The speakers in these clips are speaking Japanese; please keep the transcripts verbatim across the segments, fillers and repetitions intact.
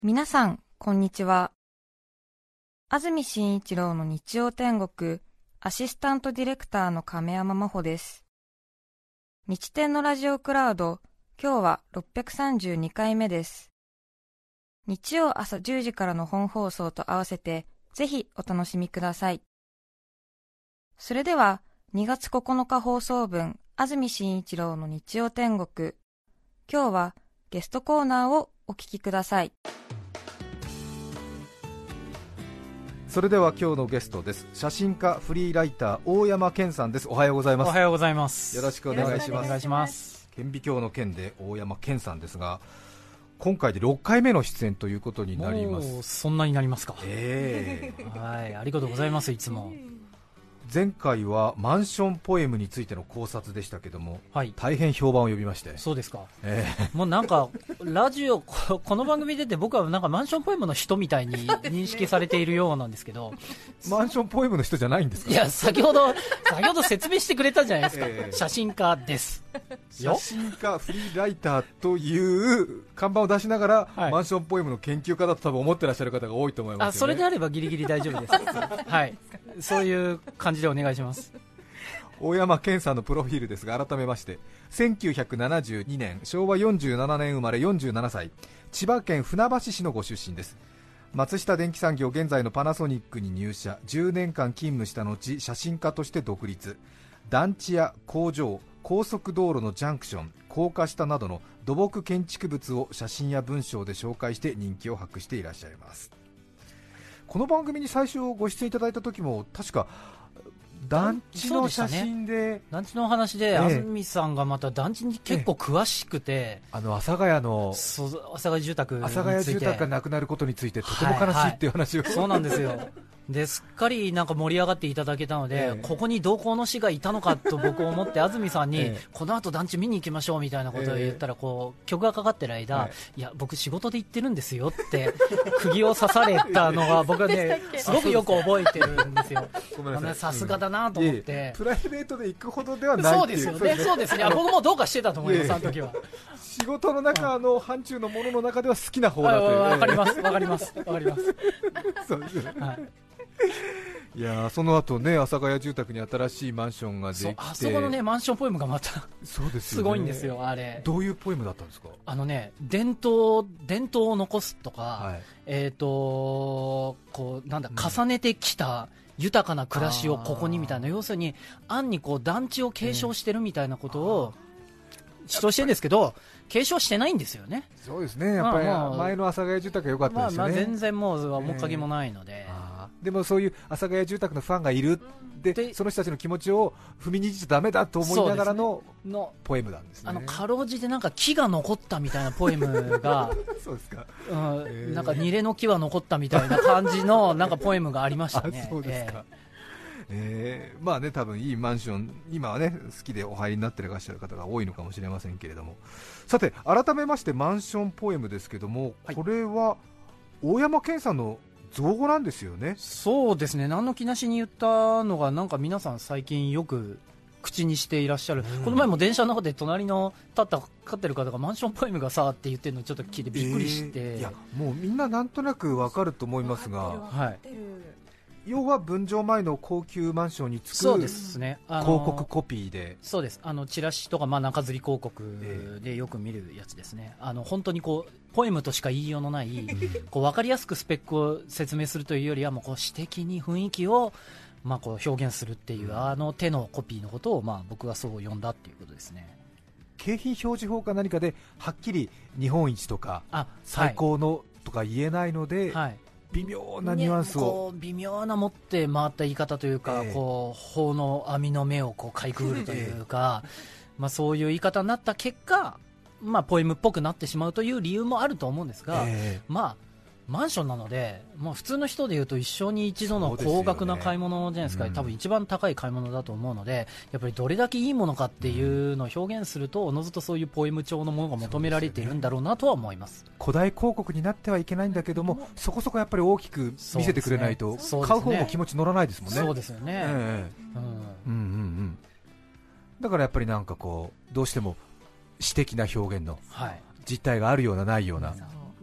皆さんこんにちは。安住紳一郎の日曜天国アシスタントディレクターの亀山真帆です。日天のラジオクラウド、今日はろっぴゃくさんじゅうにかいめです。日曜朝じゅうじからの本放送と合わせてぜひお楽しみください。それではにがつここのか放送分、安住紳一郎の日曜天国、今日はゲストコーナーをお聞きください。 それでは今日のゲストです。写真家フリーライター大山健さんです。おはようございます。 おはようございます。 よろしくお願いします。 お願いします。 顕微鏡の件で大山健さんですが、今回でろっかいめの出演ということになります。 もうそんなになりますか。 えー、 はい、ありがとうございます。いつも前回はマンションポエムについての考察でしたけども、 はい、 大変評判を呼びまして。 そうですか、 えー、 もうなんかラジオこの番組出て僕はなんかマンションポエムの人みたいに認識されているようなんですけどマンションポエムの人じゃないんですか。 いや、先ほど先ほど説明してくれたじゃないですか、えー、写真家です写真家フリーライターという看板を出しながら、はい、マンションポエムの研究家だと多分思ってらっしゃる方が多いと思いますよね。 あ、それであればギリギリ大丈夫ですはい、そういう感じでお願いします。 大山健さんのプロフィールですが、改めましてせんきゅうひゃくななじゅうにねん、しょうわよんじゅうななねん生まれ、よんじゅうななさい、千葉県船橋市のご出身です。松下電器産業、現在のパナソニックに入社、じゅうねんかん勤務した後、写真家として独立。団地や工場、高速道路のジャンクション、高架下などの土木建築物を写真や文章で紹介して人気を博していらっしゃいます。この番組に最初ご出演いただいた時も確か団地の写真 で, で、ね、団地のお話で、ええ、安住さんがまた団地に結構詳しくて、ええ、 あの阿佐ヶ谷のそう阿佐ヶ谷住宅について、 阿佐ヶ谷住宅がなくなることについてとても悲しいっていう話を、 はいはい、そうなんですよですっかりなんか盛り上がっていただけたので、ええ、ここに同行の死がいたのかと僕思って安住さんに、ええ、この後団地見に行きましょうみたいなことを言ったら、こう曲がかかってる間、ええ、いや僕仕事で行ってるんですよって釘を刺されたのが僕はねすごくよく覚えてるんですよ。さすがだなと思って、うん、ええ、 プライベートで行くほどではないっていう。 そうですよね、そうですね、僕もどうかしてたと思います、あの時は。 仕事の中の範疇のものの中では好きな方だという。 わかりますわかりますわかりますそうですね、はい。いやその後ね、阿佐ヶ谷住宅に新しいマンションができて、 あそこのねマンションポエムがまたそうですよ、ね、 すごいんですよ。あれどういうポエムだったんですか。 あのね、伝統伝統を残すとか、はい、えーとこうなんだ、うん、重ねてきた豊かな暮らしをここにみたいな、要するに暗にこう団地を継承してるみたいなことを主張してるんですけど、継承してないんですよね。 そうですね、やっぱり前の阿佐ヶ谷住宅が良かったですよね。 まあ、まあ全然もう面影もないので、 えーでもそういう阿佐ヶ谷住宅のファンがいるで、でその人たちの気持ちを踏みにじっちゃダメだと思いながら の,、ね、のポエムなんですね。 あのかろうじてなんか木が残ったみたいなポエムがそうですか、 うん、えー、なんかニレの木は残ったみたいな感じのなんかポエムがありましたね。 あ、そうですか、えーえー、まあね、多分いいマンション今はね好きでお入りになっていらっしゃる方が多いのかもしれませんけれども、さて改めましてマンションポエムですけども、はい、これは大山健さんの造語なんですよね。 そうですね、何の気なしに言ったのがなんか皆さん最近よく口にしていらっしゃる、うん、この前も電車の中で隣の立った飼ってる方がマンションポエムがさって言ってるのをちょっと聞いてびっくりして、えー、 いやもうみんななんとなくわかると思いますが、 はい、 要は分譲前の高級マンションにつくそうですね、あの広告コピーで、 そうです、あのチラシとか、まあ、中吊り広告でよく見るやつですね。あの本当にこうポエムとしか言いようのないこう分かりやすくスペックを説明するというよりはもうこう詩的に雰囲気をまあこう表現するっていう、あの手のコピーのことをまあ僕はそう呼んだっていうことですね。 景品表示法か何かではっきり日本一とか最高のとか言えないので、はい、微妙なニュアンスを、 こう微妙な持って回った言い方というか、えー、こう法の網の目をこうかいくぐるというか、えーまあ、そういう言い方になった結果、まあ、ポエムっぽくなってしまうという理由もあると思うんですが、えーまあ、マンションなので、まあ、普通の人でいうと一生に一度の高額な買い物じゃないですか、多分一番高い買い物だと思うので、やっぱりどれだけいいものかっていうのを表現するとおのずとそういうポエム調のものが求められているんだろうなとは思います。 古代広告になってはいけないんだけども、そこそこやっぱり大きく見せてくれないと、ね、買う方も気持ち乗らないですもんね。 そうですよね、えーうんうんうんうん、だからやっぱりなんかこうどうしても詩的な表現の実態があるようなないような、はい、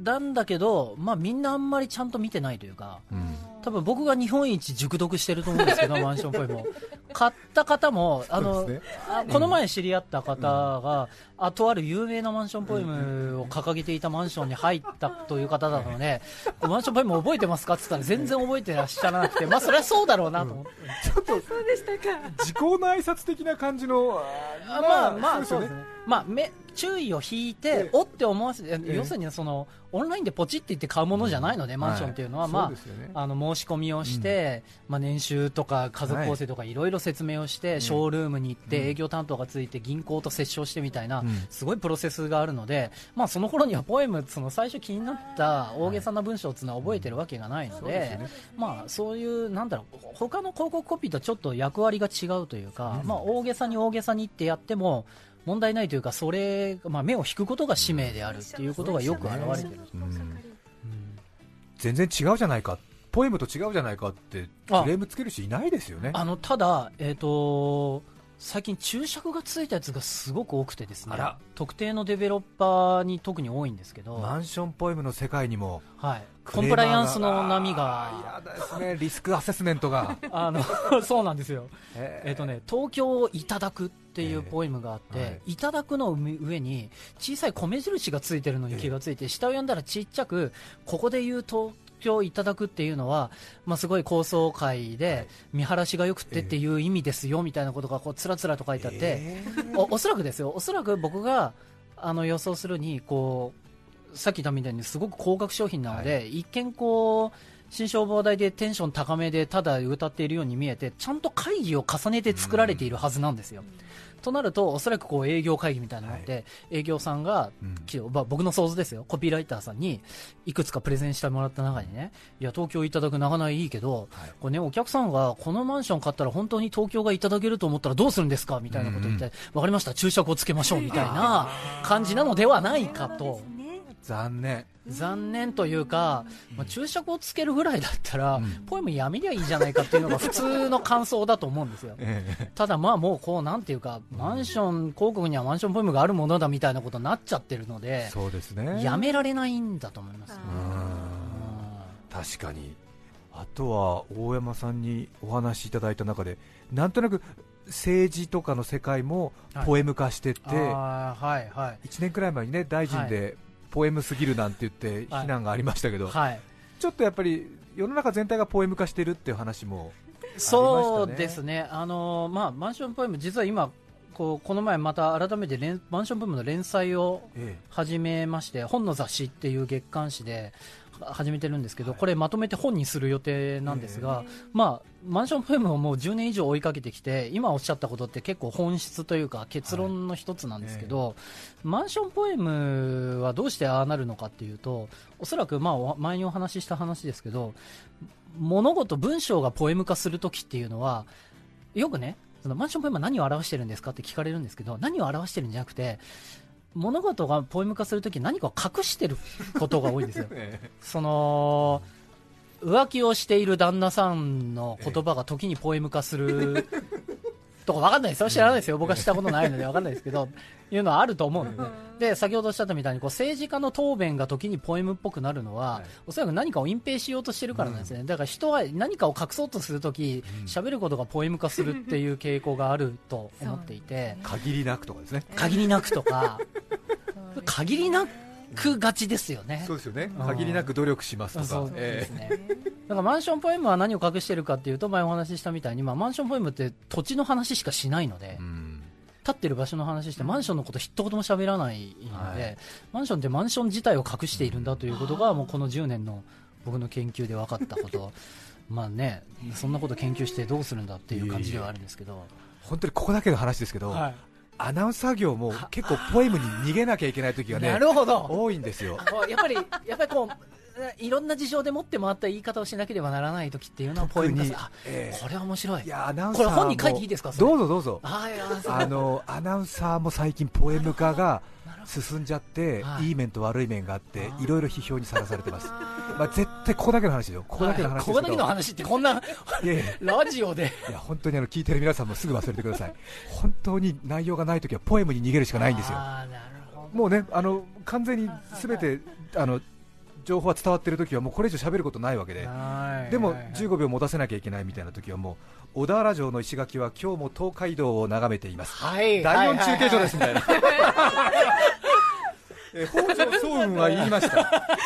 なんだけど、まあ、みんなあんまりちゃんと見てないというか、 うん、 多分僕が日本一熟読してると思うんですけどマンションポエムを買った方もあの、ね、あこの前知り合った方が、うん、あとある有名なマンションポエムを掲げていたマンションに入ったという方だったので、マンションポエム覚えてますかって言ったら全然覚えてらっしゃらなくて、まあそれはそうだろうなと思って、 うん、ちょっとそうでしたか、時効の挨拶的な感じの、 あまあまあそうですね、まあめ注意を引いておって思わせて、ええ、要するにそのオンラインでポチって言って買うものじゃないので、うん、マンションっていうのは、はい、まあ、ね、あの申し込みをして、うん、まあ、年収とか家族構成とかいろいろ説明をして、はい、ショールームに行って営業担当がついて銀行と折衝してみたいな、うん、すごいプロセスがあるので、まあ、その頃にはポエムその最初気になった大げさな文章っていうのは覚えてるわけがないので、はい、そうですね、まあ、そういうなんだろう、他の広告コピーとちょっと役割が違うというか、うん、まあ、大げさに大げさにってやっても問題ないというか、それ、まあ、目を引くことが使命であるっていうことがよく表れてる、うんうん、 全然違うじゃないか、ポエムと違うじゃないかってクレームつける人いないですよね。ああのただ、えーと最近注釈がついたやつがすごく多くてですね、特定のデベロッパーに特に多いんですけど、 マンションポエムの世界にも、 はい、コンプライアンスの波が、 嫌ですね、リスクアセスメントがあのそうなんですよ、えーえーとね、東京をいただくっていうポエムがあって、えーはい、いただくの上に小さい米印がついてるのに気がついて、えー、下を読んだらちっちゃく、ここで言うと今日いただくっていうのは、まあ、すごい高層階で見晴らしが良くてっていう意味ですよみたいなことがこうつらつらと書いてあって、えー、お, おそらくですよ、おそらく僕があの予想するにこうさっき言ったみたいにすごく高額商品なので、はい、一見こう新商売代でテンション高めでただ歌っているように見えて、ちゃんと会議を重ねて作られているはずなんですよ。となるとおそらくこう営業会議みたいなのがあって、はい、営業さんが、うんまあ、僕の想像ですよ、コピーライターさんにいくつかプレゼンしてもらった中にね、いや東京いただくなかなかいいけど、はい、これね、お客さんがこのマンション買ったら本当に東京がいただけると思ったらどうするんですかみたいなことを言って、うんうん、分かりました、注釈をつけましょうみたいな感じなのではないかと。 残念残念というか、まあ、注釈をつけるぐらいだったら、うん、ポエムやめりゃいいじゃないかっていうのが普通の感想だと思うんですよ、ええ、ただまあもうこうなんていうか、マンション広告にはマンションポエムがあるものだみたいなことになっちゃってるので、 そうですね、 やめられないんだと思います、ね、 うん、確かに。あとは大山さんにお話しいただいた中で、なんとなく政治とかの世界もポエム化してって、はいはいはい、いちねんくらい前にね、大臣で、はい、ポエムすぎるなんて言って非難がありましたけど、はいはい、ちょっとやっぱり世の中全体がポエム化してるっていう話もありましたね。 そうですね、あのーまあ、マンションポエム、実は今こうこの前また改めて連マンションポエムの連載を始めまして、ええ、本の雑誌っていう月刊誌で始めてるんですけど、はい、これまとめて本にする予定なんですが、えーまあ、マンションポエムをもうじゅうねん以上追いかけてきて、今おっしゃったことって結構本質というか結論の一つなんですけど、はいえー、マンションポエムはどうしてああなるのかっていうと、おそらくまあ前にお話しした話ですけど、物事文章がポエム化するときっていうのはよくね、そのマンションポエムは何を表してるんですかって聞かれるんですけど、何を表してるんじゃなくて、物事がポエム化するとき何かを隠してることが多いんですよその浮気をしている旦那さんの言葉が時にポエム化するとか分かんないですよ、知らないですよ、僕はしたことないので分かんないですけどいうのはあると思うので、ね、で先ほどおっしゃったみたいにこう政治家の答弁が時にポエムっぽくなるのは、はい、おそらく何かを隠蔽しようとしてるからなんですね、うん、だから人は何かを隠そうとするとき喋、うん、ることがポエム化するっていう傾向があると思っていて限りなくとかですね、 限りなくとか限りなくがちですよね。 そうですよね、限りなく努力しますとか、 そうですね、えー、だからマンションポエムは何を隠しているかというと、前お話ししたみたいに、まあ、マンションポエムって土地の話しかしないので、うん、立ってる場所の話してマンションのこと一言も喋らないので、はい、マンションってマンション自体を隠しているんだということがもうこのじゅうねんの僕の研究で分かったことまあね、そんなこと研究してどうするんだっていう感じではあるんですけど、いやいや本当にここだけの話ですけど、はい、アナウンサー業も結構ポエムに逃げなきゃいけない時がね、 なるほど多いんですよ。 やっぱりやっぱりこういろんな事情で持って回った言い方をしなければならない時っていうのはポエム化、えー、これは面白い。いやアナウンサーこれ本に書いていいですか？ どうぞどうぞ。ああのアナウンサーも最近ポエム化が進んじゃって、はい、いい面と悪い面があっていろいろ批評にさらされてます。まあ、絶対ここだけの話ですよ。ここだけの話ですけど、 ここだけの話ってこんないやいやラジオでいや本当にあの聞いてる皆さんもすぐ忘れてください。本当に内容がないときはポエムに逃げるしかないんですよ。あなるほどもうね、あの完全に全てあの情報は伝わっているときはもうこれ以上喋ることないわけで、 はいでもじゅうごびょう持たせなきゃいけないみたいなときはもう小田原城の石垣は今日も東海道を眺めています、 はい、 だいよん中継所ですみたいな、え北条早雲は言いました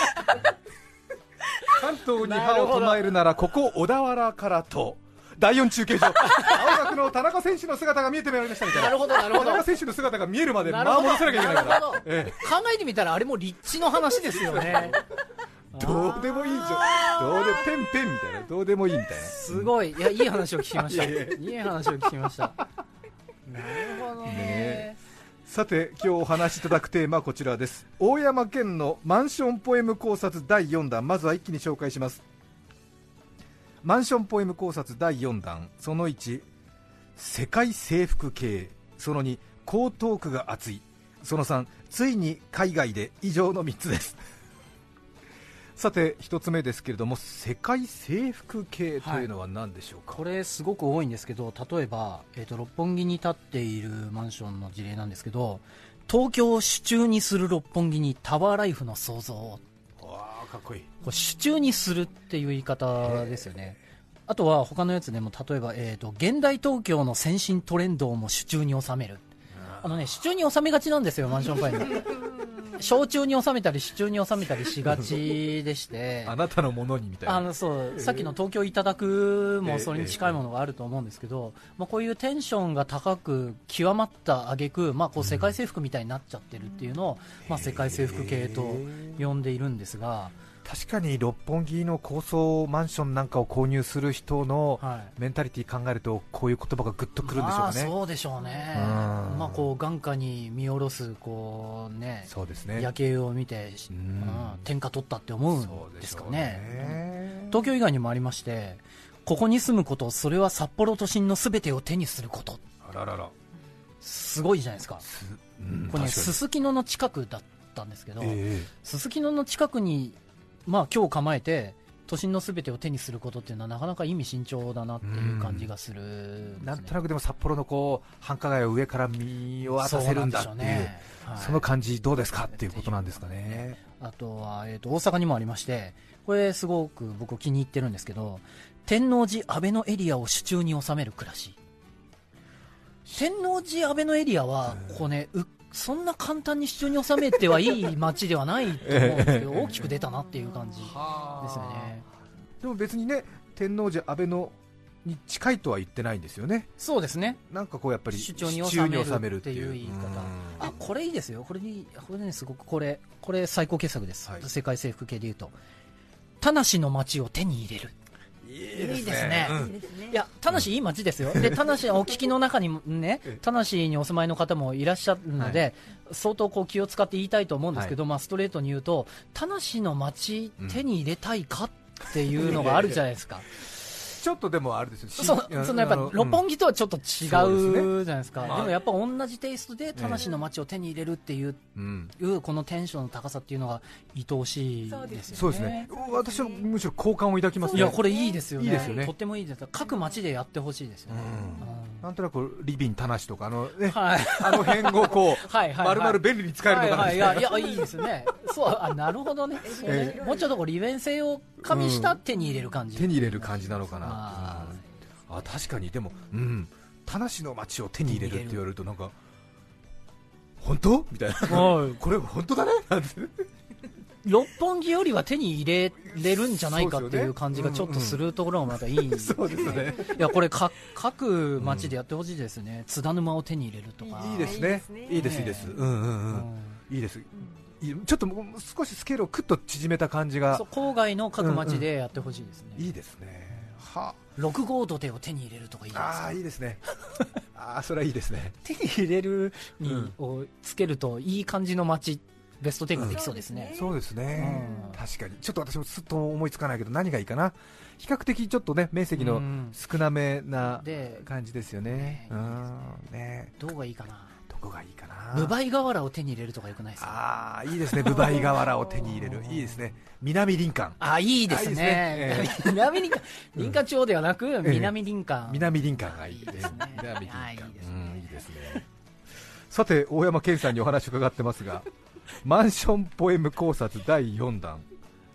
関東に歯を唱えるならここ小田原からとだいよん中継所青学の田中選手の姿が見えてまいりましたみたいな。 なるほどなるほど。 田中選手の姿が見えるまで間を戻さなきゃいけないから、ええ、 考えてみたらあれも立地の話ですよねどうでもいいじゃん、どうでペンペンみたいな、どうでもいいみたいな、 すごい、いやいい話を聞きましたいやいやいい話を聞きましたなるほど ね, ねさて今日お話しいただくテーマはこちらです。大山健のマンションポエム考察だいよんだん、まずは一気に紹介します。マンションポエム考察だいよんだん、そのいち、世界征服系、そのに、江東区が熱い、そのさん、ついに海外で、以上のみっつですさてひとつめですけれども、世界征服系というのは何でしょうか。 はい、これすごく多いんですけど、例えば、えーと、六本木に建っているマンションの事例なんですけど、東京を手中にする六本木にタワーライフの創造を、 わーかっこいい。 これ手中にするっていう言い方ですよね。あとは他のやつでも、例えば、えーと、現代東京の先進トレンドをも手中に収める。あのね、手中に収めがちなんですよ、マンションパイに小中に収めたり手中に収めたりしがちでしてあなたのものにみたいな、 あのそうさっきの東京いただくもそれに近いものがあると思うんですけど、まあ、こういうテンションが高く極まった挙句、まあ、こう世界征服みたいになっちゃってるっていうのを、まあ、世界征服系と呼んでいるんですが、 確かに六本木の高層マンションなんかを購入する人のメンタリティー考えると、こういう言葉がグッとくるんでしょうかね。まあ、 そうでしょうね、まあ、こう眼下に見下ろすこう、ね、 そうですね、 夜景を見て、うん、天下取ったって思うんですか ね, ね東京以外にもありまして、ここに住むこと、それは札幌都心のすべてを手にすること、 あららら、 すごいじゃないですか。 うん、 これね、すすきのの近くだったんですけど、すすきのの近くにまあ、今日構えて都心のすべてを手にすることっていうのはなかなか意味深長だなっていう感じがするんですね。 なんとなくでも札幌のこう繁華街を上から見渡せるんだっていう、 そう、ね、はい、その感じどうですかっていうことなんですかね。 あとは、えーと、大阪にもありまして、これすごく僕気に入ってるんですけど、天王寺安倍のエリアを手中に収める暮らし。天王寺安倍のエリアはこう、ね、うそんな簡単に手中に収めてはいい街ではないと思うんですけど、大きく出たなっていう感じですよね。 でも別にね、天王寺安倍のに近いとは言ってないんですよね。 そうですね、 なんかこうやっぱり手中に収めるっていう言い方、あ、これいいですよ、これにこれね、すごくこれこれ最高傑作です、はい、世界征服系でいうと、田無の街を手に入れる。いいですね。いや、田無いい街ですよ。で、田無お聞きの中にもね、田無にお住まいの方もいらっしゃるので、はい、相当こう気を使って言いたいと思うんですけど、はい、まあストレートに言うと、田無の街手に入れたいかっていうのがあるじゃないですか。ちょっとでもあれですよ、 そ, そのやっぱ六本木とはちょっと違うじゃないですか。 で, す、ね、でもやっぱ同じテイストで田無の街を手に入れるっていう、えー、このテンションの高さっていうのが愛おしいですよね。 そうですね、私はむしろ好感を抱きますね。 いや、これいいですよ ね, いいですよね、 とってもいいです。各街でやってほしいですよね、 うんうん、なんとなくリビン田無とかあの、ね、はい、あの辺をこうはいはい、はい、丸々便利に使えるのかな、 はいはい、いやいやいいですね。そう、あ、なるほどね、えー、もうちょっとこう利便性を加味した手に入れる感じ、 うん、手に入れる感じなのかな。ああ、確かに。でも、うん、田無の街を手に入れるって言われるとなんか本当みたいなこれ本当だねなんて六本木よりは手に入れれるんじゃないかっていう感じがちょっとするところがまたいい、 そうですね。 いや、これか各街でやってほしいですね、うん、津田沼を手に入れるとか。 いいですね、いいですいいです、うんうんうん、いいです。ちょっと少しスケールをクッと縮めた感じが、 そう、郊外の各街でやってほしいですね、 うんうん、いいですね。は六号土手を手に入れるとかいいですか。 ああ、いいですねああ、それはいいですね。 手に入れるに、うん、をつけるといい感じの街、ベストテンができそうですね、 うん、そうですね、うん、確かに。ちょっと私もすっと思いつかないけど何がいいかな。比較的ちょっとね面積の少なめな感じですよね、うん、うんね、 どうがいいかな。 どこがいいかな。 ブバイ瓦を手に入れるとかよくないですか。 ああ、いいですね、ブバイ瓦を手に入れるいいですね。南林間、 あ、いいですね、えー、南林間、林間町ではなく、うん、南林間、 南林間がいいですね。南林間、いいですね、いいですね。さて、大山健さんにお話を伺ってますがマンションポエム考察だいよんだん、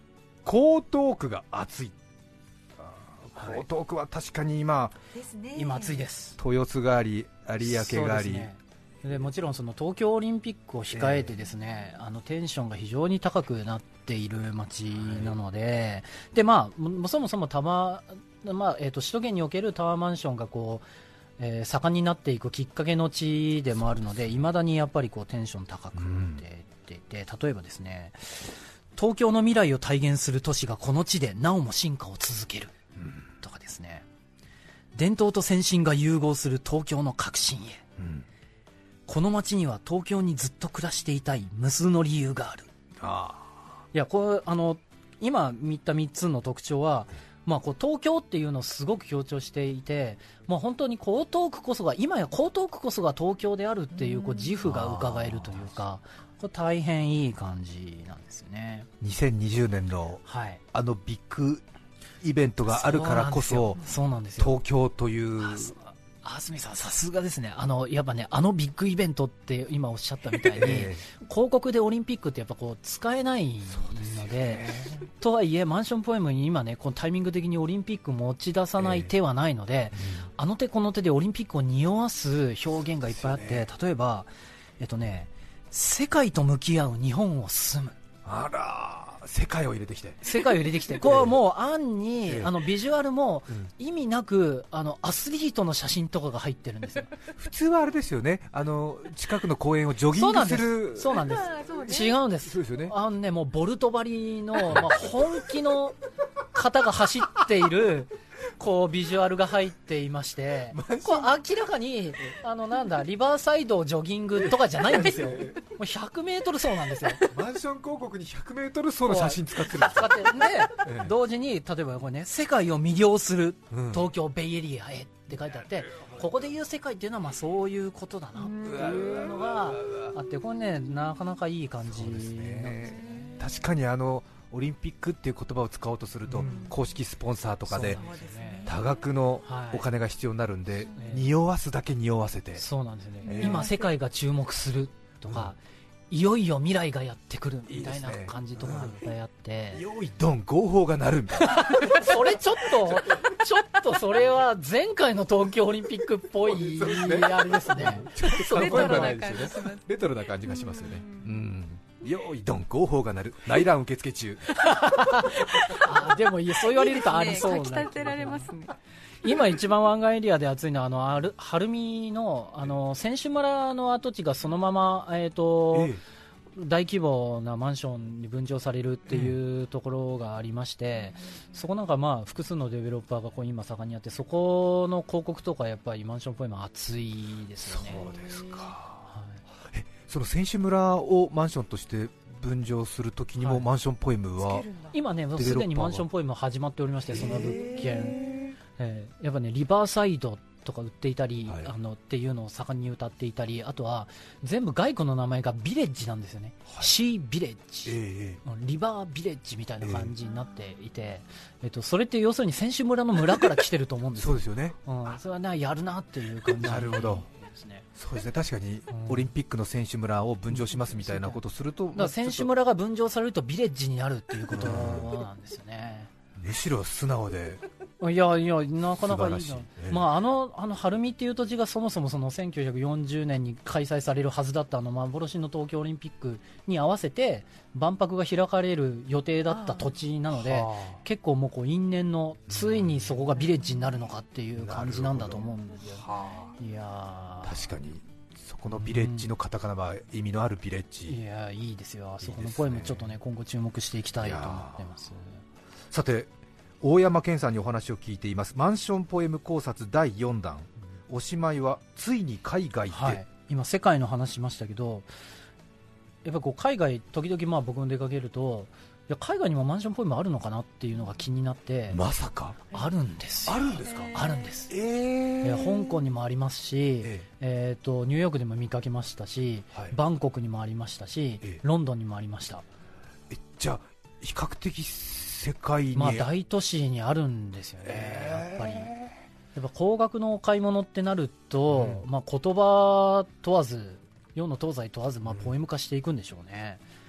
江東区が暑い。江東区は確かに今、 ですね、 今暑いです。 豊洲があり有明があり、 ね、でもちろんその東京オリンピックを控えてですね、えー、あのテンションが非常に高くなっている街なので、はい、でまあもそもそもタワー、まあえー、と首都圏におけるタワーマンションがこう、えー、盛んになっていくきっかけの地でもあるので、いまだにやっぱりこうテンション高くて、うん、で例えばですね、東京の未来を体現する都市がこの地でなおも進化を続ける、うん、とかですね、伝統と先進が融合する東京の革新へ、うん、この街には東京にずっと暮らしていたい無数の理由がある。あいやこれあの今見たみっつの特徴は、まあ、こう東京っていうのをすごく強調していて、まあ、本当に江東区こそが今や江東区こそが東京であるっていう、こう自負が伺えるというか、これ大変いい感じなんですよね。 にせんにじゅうねんの、はい、あのビッグイベントがあるからこそ、 そうなんですよ、 東京という。 あすみさんさすがですね。あのやっぱね、あのビッグイベントって今おっしゃったみたいに、えー、広告でオリンピックってやっぱこう使えないの で, でとはいえマンションポエムに今ねこのタイミング的にオリンピック持ち出さない手はないので、えーうん、あの手この手でオリンピックを匂わす表現がいっぱいあって、ね、例えばえっとね世界と向き合う日本を進む。 あら世界を入れてきて世界を入れてきてこうもう案に、ええ、あのビジュアルも意味なくあのアスリートの写真とかが入ってるんですよ。 普通はあれですよね、あの近くの公園をジョギングする。 そうなんですそうなんです、違うんです。 そうですよね、 あのねもうボルト張りの、まあ、本気の方が走っているこうビジュアルが入っていまして、こう明らかにあのなんだリバーサイドジョギングとかじゃないんですよ。もうひゃくメートル走なんですよ。 マンション広告にひゃくメートル走の写真使ってるんです使ってで、ええ、同時に例えばこれね、世界を魅了する東京ベイエリアへって書いてあって、うん、ここで言う世界っていうのはまあそういうことだなっていうのがあって、これねなかなかいい感じなんですね。 確かにあのオリンピックっていう言葉を使おうとすると、うん、公式スポンサーとかで多額のお金が必要になるんで、はい、匂わすだけ匂わせて。 そうなんですよね、えー、今世界が注目するとか、うん、いよいよ未来がやってくるみたいな感じとかがいっぱいあって、 いい、ね、うん、よいどん合法が鳴るみたいなそれちょっとちょっとそれは前回の東京オリンピックっぽいあれですね。 ちょっとレトロな感じがしますね。レトロな感じがしますよね。うん、よいどん合法が鳴る内覧受付中あでもいやそう言われるとありそうな、 いいですね、かき立てられますね。 今一番湾岸エリアで暑いのはあのある晴海のあの選手村の跡地がそのまま、えーとええ、大規模なマンションに分譲されるっていうところがありまして、うん、そこなんかまあ複数のデベロッパーがこう今盛んにやって、そこの広告とかやっぱりマンションっぽいのは熱いですよね。 そうですか、はい、えその選手村をマンションとして分譲するときにも、はい、マンションポエムは今ねすでにマンションポエム始まっておりまして、その物件えー、やっぱねリバーサイドとか売っていたり、はい、あのっていうのを盛んに歌っていたり、あとは全部外国の名前がビレッジなんですよね、はい、シービレッジ、えー、リバービレッジみたいな感じになっていて、えーえっと、それって要するに選手村の村から来てると思うんですよ。 そうですよね、 うん、それはねやるなっていう感じなるほどそうですね、確かにオリンピックの選手村を分譲しますみたいなことをすると、 だから選手村が分譲されるとビレッジになるっていうことなんですよね。 むしろ素直でいやいやなかなかいいな、えーまあ、あのあの晴海っていう土地がそもそもそのせんきゅうひゃくよんじゅうねんに開催されるはずだったあの幻の東京オリンピックに合わせて万博が開かれる予定だった土地なので、結構もうこう因縁のついにそこがビレッジになるのかっていう感じなんだと思うんですよ。いや確かにそこのビレッジのカタカナは意味のあるビレッジ、 うん、いやいいですよ。あそこのポエムちょっとね今後注目していきたいと思ってます。 さて大山健さんにお話を聞いています。マンションポエム考察だいよんだん、おしまいはついに海外で、はい、 今世界の話しましたけど、やっぱこう海外時々まあ僕も出かけると、いや海外にもマンションポエムあるのかなっていうのが気になって。 まさかあるんですよ。 あるんですか。 あるんです、 えーえー、香港にもありますし、えーえー、とニューヨークでも見かけましたし、はい、バンコクにもありましたし、えー、ロンドンにもありました。 えじゃあ比較的世界に、 まあ、大都市にあるんですよね、えー、やっぱりやっぱ高額のお買い物ってなると、うんまあ、言葉問わず世の東西問わず、まあ、ポエム化していくんでしょうね、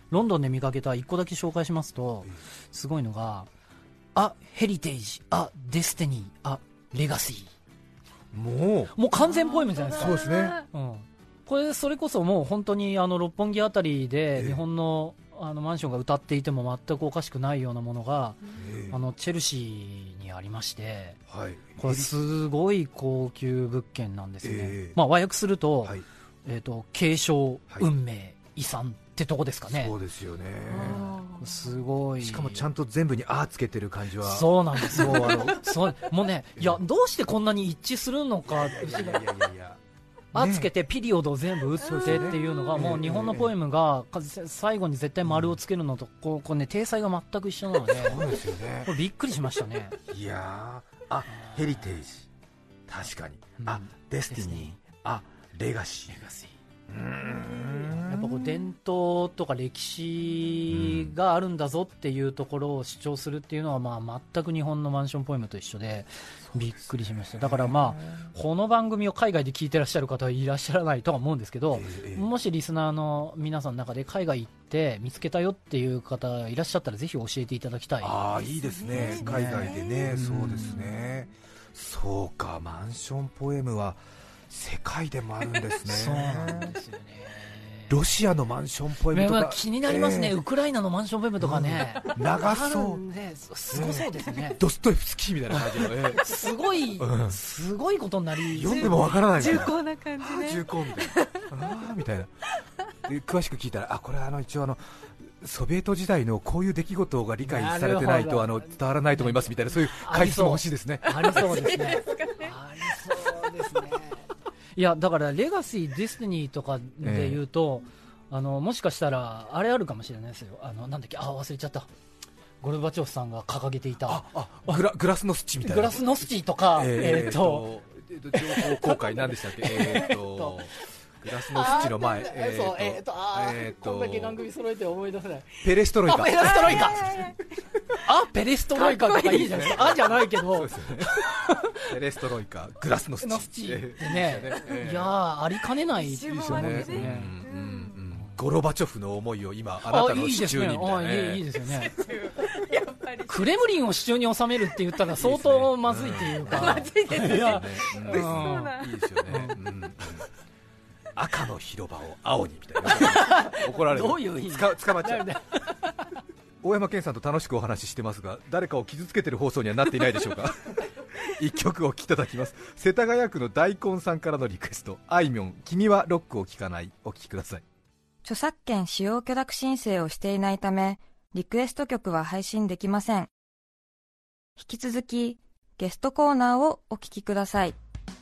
ロンドンで見かけたいっこだけ紹介しますと、すごいのがあヘリテージ、あデスティニー、あレガシー、 もうもう完全ポエムじゃないですか。 そうですね、 うん、これそれこそもう本当にあの六本木あたりで日本のあのマンションが歌っていても全くおかしくないようなものが、 えー、 あのチェルシーにありまして、 はい、 これすごい高級物件なんですね、 えーまあ、和訳すると、 はい、 えーと継承、 はい、 運命、遺産ってとこですかね。 そうですよね、 すごい。 しかもちゃんと全部にあーつけてる感じは、 そうなんですよあのそうもうね、いやどうしてこんなに一致するのか、 いやいやいやいやあつけてピリオドを全部打ってっていうのが、もう日本のポエムが最後に絶対丸をつけるのとこうこう、ね、体裁が全く一緒なので、 そうですよね、 これびっくりしましたね。 いやー、あヘリテージ、確かに、あ、 うん、 デスティニー、あレガシー、 レガシー、 うーん、 やっぱこう伝統とか歴史があるんだぞっていうところを主張するっていうのは、まあ全く日本のマンションポエムと一緒でびっくりしました。だからまあこの番組を海外で聞いてらっしゃる方はいらっしゃらないとは思うんですけど、 えー、 もしリスナーの皆さんの中で海外行って見つけたよっていう方いらっしゃったらぜひ教えていただきたい。 ああいいですね、海外でね、 うん、 そうですね、そうか、マンションポエムは世界でもあるんですね。 そうなんですよね。 ロシアのマンションポエムとか、 まあ、気になりますね、 えー、 ウクライナのマンションポエムとかね、 うん、長そう、 ね、すごそうですね、 えー、ドストエフスキーみたいな感じの、えー、 すごい、 うん、 すごいことになり、 読んでもわからないみたいな、 重厚な感じね、 重厚みたいな、あーみたいなで詳しく聞いたら、あこれはあの一応あのソビエト時代のこういう出来事が理解されてないとあの伝わらないと思いますみたいな、そういう解説も欲しいですね。 ありそうですね。ありそうですね。いやだからレガシー、デスティニーとかで言うと、えー、あのもしかしたらあれあるかもしれないですよ。あのなんだっけ、あ忘れちゃった。ゴルバチョフさんが掲げていたああグラグラスノスチみたいな、 グラスノスチとか、えー、っと、 えー、と情報公開なんでしたっけ、えー、っとグラスノスチの前、 えー、そうえー、っとあえー、 こんだけ番組揃えて思い出せない。 ペレストロイカ、 ペレストロイカあペレストロイカとかいいじゃないですか。あじゃないけど、 そうですよね、ペレストロイカ、グラスノスチノスチってね、 えー、 いやーありかねないですよね。 ゴロバチョフの思いを今あなたの手中にみたいな、ね、 いいですよね。 やっぱりクレムリンを手中に収めるって言ったら相当まずいっていうか、 まずいですね。 いや、 うん美味しそうな。 いいですよね、うんうん、赤の広場を青にみたいな怒られる、 どういう意味、 捕まっちゃう大山健さんと楽しくお話ししてますが、誰かを傷つけてる放送にはなっていないでしょうか一曲お聴きいただきます。世田谷区の大根さんからのリクエスト、あいみょん、君はロックを聴かない、お聴きください。 著作権使用許諾申請をしていないため、リクエスト曲は配信できません。引き続きゲストコーナーをお聞きください。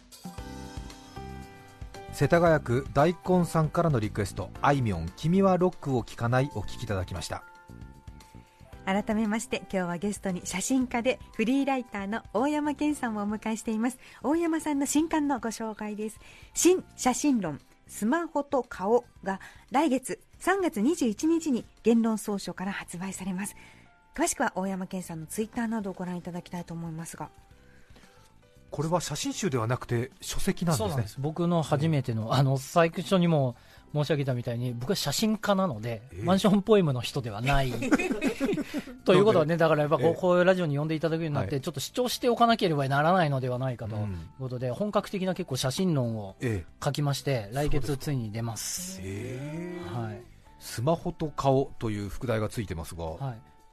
世田谷区大根さんからのリクエスト、あいみょん、君はロックを聴かない、お聴きいただきました。 改めまして今日はゲストに写真家でフリーライターの大山健さんをお迎えしています。大山さんの新刊のご紹介です。新写真論、スマホと顔が来月さんがつにじゅういちにちに言論総書から発売されます。詳しくは大山健さんのツイッターなどをご覧いただきたいと思いますが、 これは写真集ではなくて書籍なんですね。 そうなんです。僕の初めての、あの最初にも申し上げたみたいに僕は写真家なので、えー、マンションポエムの人ではないということはね、だからやっぱこう、えー、こういうラジオに呼んでいただくようになって、はい、ちょっと主張しておかなければならないのではないかということで、うん、本格的な結構写真論を書きまして、えー、来月ついに出ます。 えーはい、 スマホと顔という副題がついてますが、はい、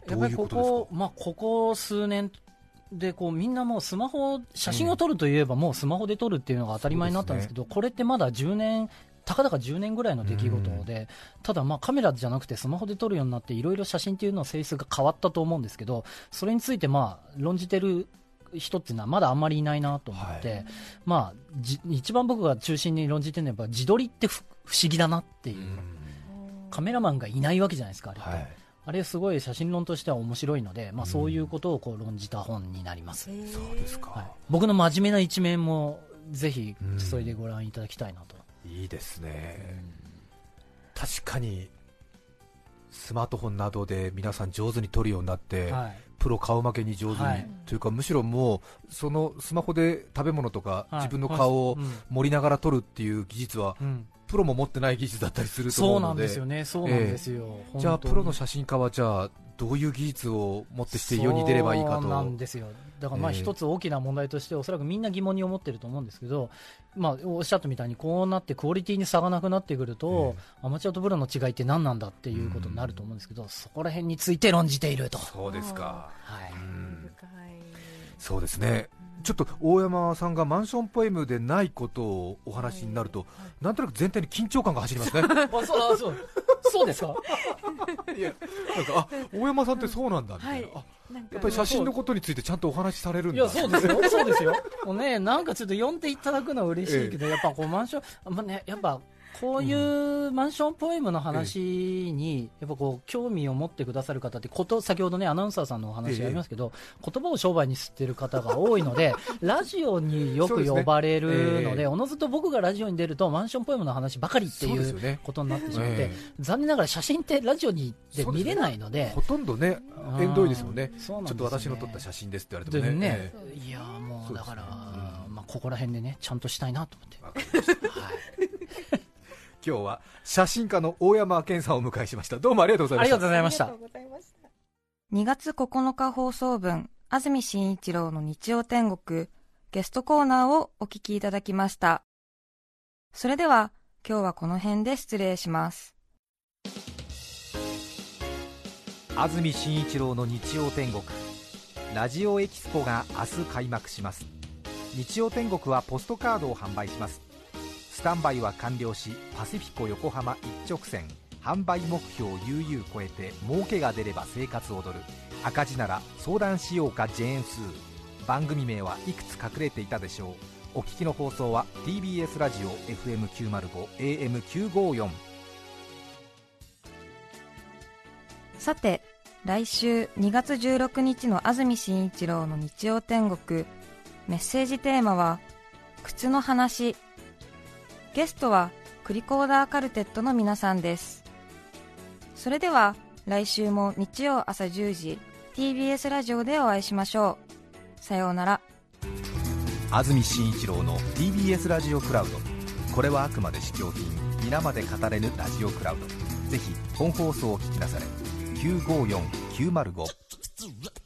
どういうことですか？ やっぱりここ、まあ、ここ数年でこうみんなもうスマホ、写真を撮るといえばもうスマホで撮るっていうのが当たり前になったんですけど、うんね、これってまだじゅうねん、たかだかじゅうねんぐらいの出来事で、うん、ただまあカメラじゃなくてスマホで撮るようになっていろいろ写真っていうのの性質が変わったと思うんですけど、それについてまあ論じてる人っていうのはまだあんまりいないなと思って、はい、まあ、じ一番僕が中心に論じてるのはやっぱ自撮りって不思議だなっていう、うん、カメラマンがいないわけじゃないですか、あれって、はい、あれすごい写真論としては面白いので、まあ、そういうことをこう論じた本になります、 うん、そうですか、 はい、僕の真面目な一面もぜひそれでご覧いただきたいなと、 うん、いいですね、うん、確かにスマートフォンなどで皆さん上手に撮るようになって、はい、プロ顔負けに上手に、はい、というかむしろもうそのスマホで食べ物とか自分の顔を盛りながら撮るっていう技術は、うん、 プロも持ってない技術だったりすると思うので、 そうなんですよね、そうなんですよ、 えー、じゃあプロの写真家はじゃあどういう技術を持ってして世に出ればいいかと。 そうなんですよ。だからまあえー一つ大きな問題としておそらくみんな疑問に思ってると思うんですけど、まあ、おっしゃったみたいにこうなってクオリティに差がなくなってくると、アマチュアとプロの違いって何なんだっていうことになると思うんですけど、そこら辺について論じていると。 そうですか、 はい、 うんそうですね。ちょっと大山さんがマンションポエムでないことをお話になると、なんとなく全体に緊張感が走りますね。 あ、そう、そう、そうですか。 いや、なんか、あ、大山さんってそうなんだみたいな、あ、やっぱり写真のことについてちゃんとお話しされるんだ。 いや、そうですよ、そうですよ。もうね、なんかちょっと呼んでいただくのは嬉しいけど、ええ、やっぱこうマンション、まあね、やっぱこういうマンションポエムの話にやっぱこう興味を持ってくださる方ってこと、先ほどねアナウンサーさんのお話ありますけど、ええ、言葉を商売に吸ってる方が多いのでラジオによく呼ばれるの で, で、ねええ、おのずと僕がラジオに出るとマンションポエムの話ばかりっていうことになってしまって、ええ、残念ながら写真ってラジオにで見れないの で, で、ね、 ほとんどね縁遠いですよね。ちょっと私の撮った写真ですって言われてもね、 ねええ、いやもうだから、ね、まあ、ここら辺でねちゃんとしたいなと思って。 わかりました、はい今日は写真家の大山健さんをお迎えしました。どうもありがとうございました。 ありがとうございました。 にがつここのか放送分、安住紳一郎の日曜天国ゲストコーナーをお聞きいただきました。それでは今日はこの辺で失礼します。 安住紳一郎の日曜天国ラジオエキスポが明日開幕します。日曜天国はポストカードを販売します。スタンバイは完了し、パシフィコ横浜一直線、販売目標悠々超えて儲けが出れば生活踊る、赤字なら相談しようかジェーンスー。番組名はいくつ隠れていたでしょう。お聞きの放送は ティービーエス ラジオ エフエムきゅうまるご エーエムきゅうごよん。 さて来週にがつじゅうろくにちの安住紳一郎の日曜天国、メッセージテーマは靴の話。ゲストはクリコーダーカルテットの皆さんです。それでは来週も日曜朝じゅうじ ティービーエス ラジオでお会いしましょう。さようなら。 安住紳一郎の ティービーエス ラジオクラウド。これはあくまで試供品、皆まで語れぬラジオクラウド。ぜひ本放送を聞きなされ。きゅうごよん きゅうまるご